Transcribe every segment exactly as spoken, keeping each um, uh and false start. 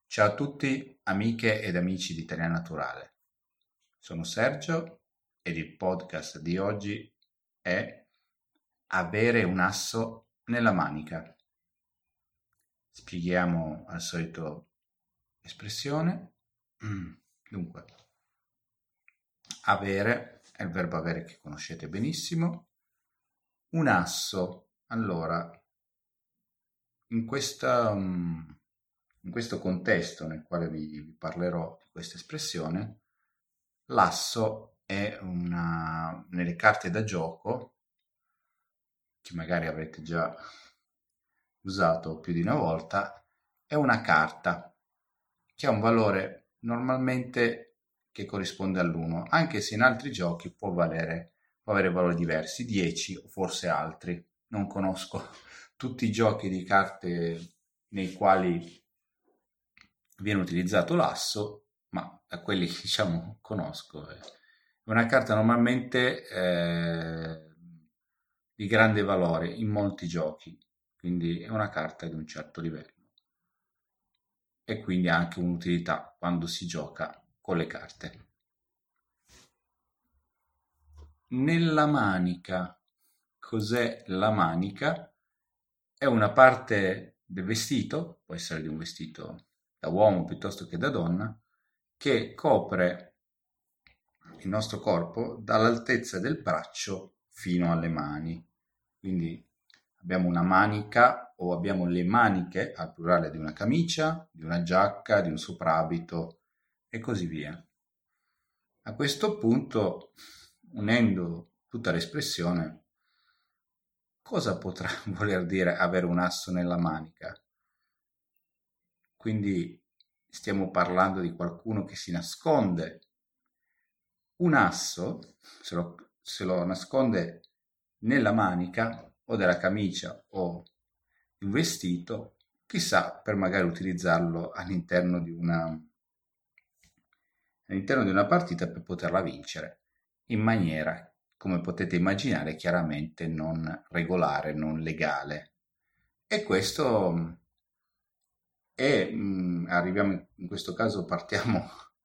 Ciao a tutti, amiche ed amici di Italiano Naturale. Sono Sergio ed il podcast di oggi è Avere un asso nella manica. Spieghiamo al solito espressione. Mm, Dunque, avere è il verbo avere che conoscete benissimo. Un asso, allora, in questa, mm, in questo contesto nel quale vi, vi parlerò di questa espressione, l'asso è una, nelle carte da gioco, che magari avrete già usato più di una volta, è una carta che ha un valore normalmente che corrisponde all'uno, anche se in altri giochi può valere, può avere valori diversi, dieci o forse altri. Non conosco tutti i giochi di carte nei quali viene utilizzato l'asso, ma da quelli che diciamo conosco. È una carta normalmente eh, di grande valore in molti giochi, quindi è una carta di un certo livello e quindi ha anche un'utilità quando si gioca con le carte. Nella manica, cos'è la manica? È una parte del vestito, può essere di un vestito da uomo piuttosto che da donna, che copre il nostro corpo dall'altezza del braccio fino alle mani. Quindi abbiamo una manica o abbiamo le maniche al plurale di una camicia, di una giacca, di un soprabito e così via. A questo punto, unendo tutta l'espressione, cosa potrà voler dire avere un asso nella manica? Quindi stiamo parlando di qualcuno che si nasconde. Un asso se lo, se lo nasconde nella manica o della camicia o di un vestito, chissà per magari utilizzarlo all'interno di una, all'interno di una partita per poterla vincere in maniera, come potete immaginare, chiaramente non regolare, non legale. E questo è, mh, arriviamo in questo caso, partiamo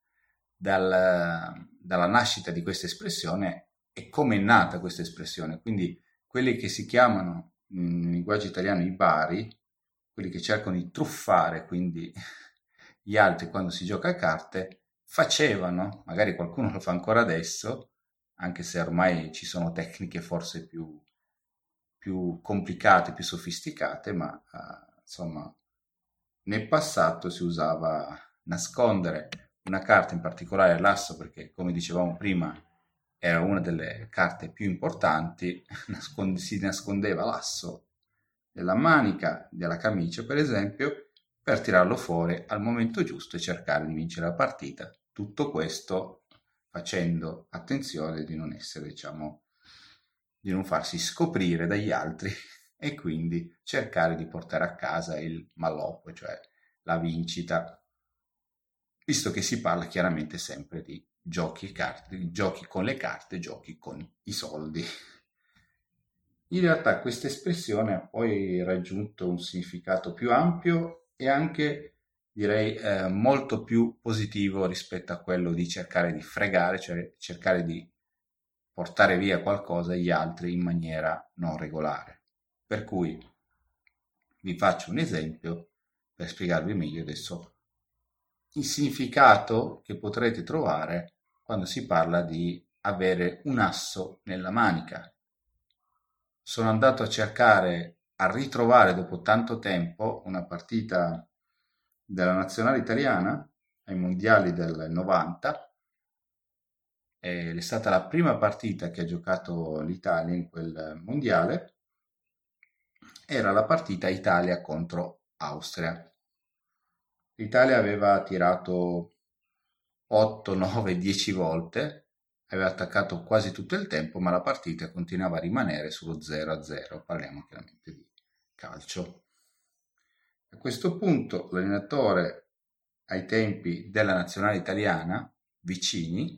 dal- dalla nascita di questa espressione e come è nata questa espressione. Quindi quelli che si chiamano in linguaggio italiano i bari, quelli che cercano di truffare quindi gli altri quando si gioca a carte, facevano, magari qualcuno lo fa ancora adesso, anche se ormai ci sono tecniche forse più, più complicate, più sofisticate, ma eh, insomma nel passato si usava nascondere una carta, in particolare l'asso, perché come dicevamo prima era una delle carte più importanti, nascond- si nascondeva l'asso nella manica della camicia, per esempio, per tirarlo fuori al momento giusto e cercare di vincere la partita. Tutto questo facendo attenzione di non essere, diciamo, di non farsi scoprire dagli altri e quindi cercare di portare a casa il malocchio, cioè la vincita, visto che si parla chiaramente sempre di giochi, carte, giochi con le carte, giochi con i soldi. In realtà questa espressione ha poi raggiunto un significato più ampio e anche, direi, eh, molto più positivo rispetto a quello di cercare di fregare, cioè cercare di portare via qualcosa agli altri in maniera non regolare. Per cui vi faccio un esempio per spiegarvi meglio adesso il significato che potrete trovare quando si parla di avere un asso nella manica. Sono andato a cercare, a ritrovare dopo tanto tempo una partita della nazionale italiana ai mondiali del novanta. È stata la prima partita che ha giocato l'Italia in quel mondiale. Era la partita Italia contro Austria. L'Italia aveva tirato otto, nove, dieci volte, aveva attaccato quasi tutto il tempo, ma la partita continuava a rimanere sullo zero a zero. Parliamo chiaramente di calcio. A questo punto l'allenatore ai tempi della nazionale italiana, Vicini,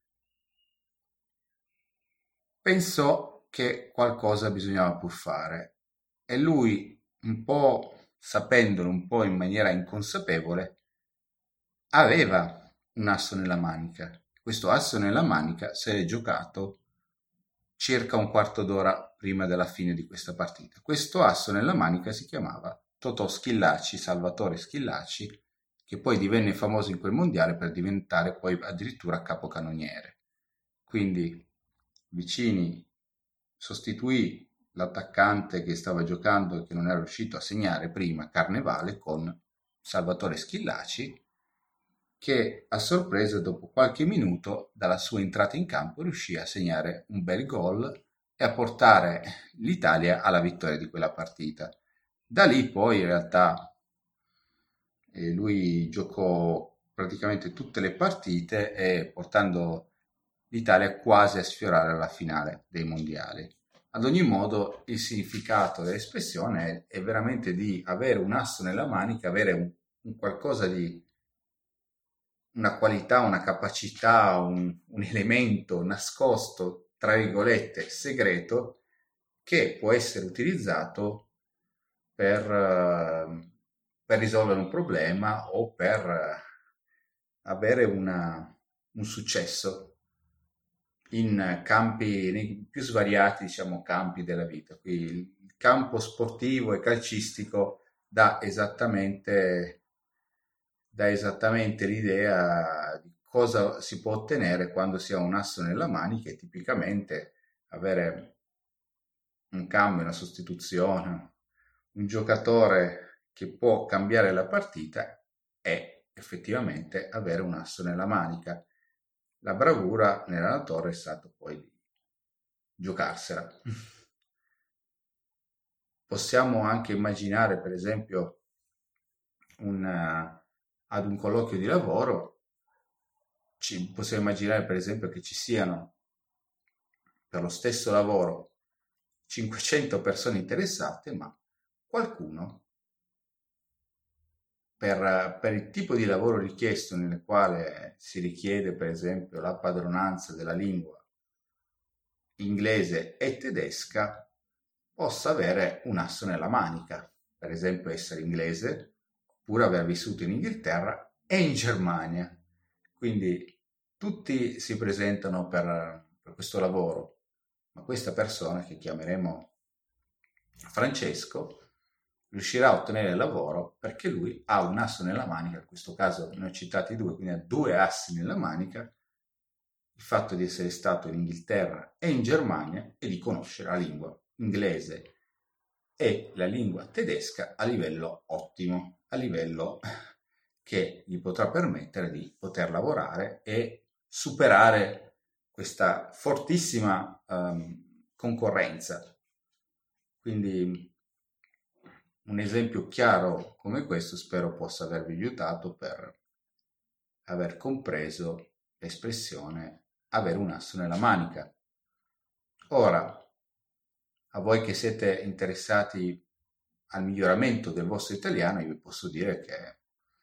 pensò che qualcosa bisognava pur fare e lui, un po' sapendolo, un po' in maniera inconsapevole, aveva un asso nella manica. Questo asso nella manica se l'è giocato circa un quarto d'ora prima della fine di questa partita. Questo asso nella manica si chiamava Totò Schillaci, Salvatore Schillaci, che poi divenne famoso in quel mondiale per diventare poi addirittura capocannoniere. Quindi Vicini sostituì l'attaccante che stava giocando e che non era riuscito a segnare prima, Carnevale, con Salvatore Schillaci, che a sorpresa dopo qualche minuto dalla sua entrata in campo riuscì a segnare un bel gol e a portare l'Italia alla vittoria di quella partita. Da lì poi in realtà eh, lui giocò praticamente tutte le partite e portando l'Italia quasi a sfiorare la finale dei mondiali. Ad ogni modo, il significato dell'espressione è, è veramente di avere un asso nella manica, avere un, un qualcosa di una qualità, una capacità, un, un elemento nascosto, tra virgolette, segreto, che può essere utilizzato per, eh, per risolvere un problema o per eh, avere una, un successo in campi, nei più svariati, diciamo, campi della vita. Qui il campo sportivo e calcistico dà esattamente, dà esattamente l'idea di cosa si può ottenere quando si ha un asso nella manica e tipicamente avere un cambio, una sostituzione, un giocatore che può cambiare la partita è effettivamente avere un asso nella manica. La bravura nell'allenatore è stato poi di giocarsela. Possiamo anche immaginare, per esempio, un, eh, ad un colloquio di lavoro, ci, possiamo immaginare, per esempio, che ci siano per lo stesso lavoro cinquecento persone interessate, ma qualcuno per, per il tipo di lavoro richiesto nel quale si richiede, per esempio, la padronanza della lingua inglese e tedesca, possa avere un asso nella manica, per esempio essere inglese, oppure aver vissuto in Inghilterra e in Germania. Quindi tutti si presentano per, per questo lavoro, ma questa persona, che chiameremo Francesco, riuscirà a ottenere il lavoro perché lui ha un asso nella manica, in questo caso ne ho citati due, quindi ha due assi nella manica, il fatto di essere stato in Inghilterra e in Germania e di conoscere la lingua inglese e la lingua tedesca a livello ottimo, a livello che gli potrà permettere di poter lavorare e superare questa fortissima um, concorrenza. Quindi un esempio chiaro come questo spero possa avervi aiutato per aver compreso l'espressione avere un asso nella manica. Ora, a voi che siete interessati al miglioramento del vostro italiano, io vi posso dire che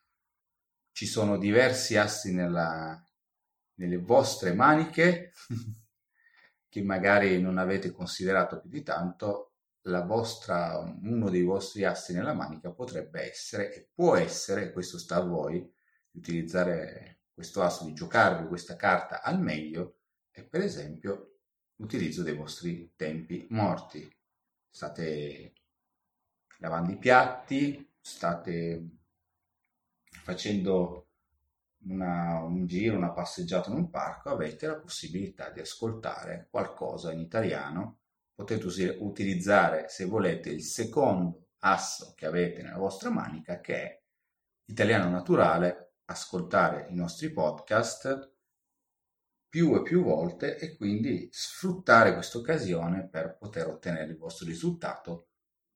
ci sono diversi assi nella, nelle vostre maniche che magari non avete considerato più di tanto. La vostra, uno dei vostri assi nella manica potrebbe essere e può essere, questo sta a voi, di utilizzare questo asso, di giocarvi questa carta al meglio, e per esempio l'utilizzo dei vostri tempi morti. State lavando i piatti, state facendo una, un giro, una passeggiata in un parco, avete la possibilità di ascoltare qualcosa in italiano. Potete us- utilizzare, se volete, il secondo asso che avete nella vostra manica, che è italiano naturale, ascoltare i nostri podcast più e più volte e quindi sfruttare questa occasione per poter ottenere il vostro risultato,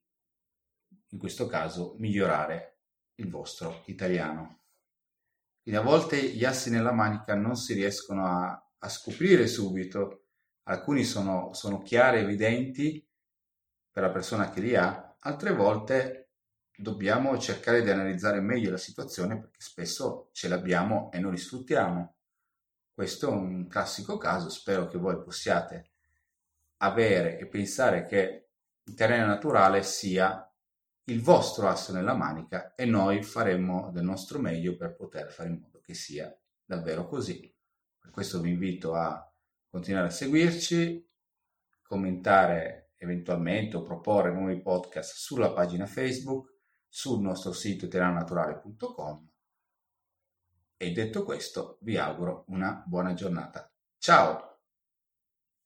in questo caso migliorare il vostro italiano. Quindi a volte gli assi nella manica non si riescono a, a scoprire subito, alcuni sono, sono chiari, evidenti per la persona che li ha, altre volte dobbiamo cercare di analizzare meglio la situazione perché spesso ce l'abbiamo e non li sfruttiamo. Questo è un classico caso, spero che voi possiate avere e pensare che il terreno naturale sia il vostro asso nella manica e noi faremo del nostro meglio per poter fare in modo che sia davvero così. Per questo vi invito a continuare a seguirci, commentare eventualmente o proporre nuovi podcast sulla pagina Facebook, sul nostro sito italianonaturale punto com. E detto questo, vi auguro una buona giornata. Ciao!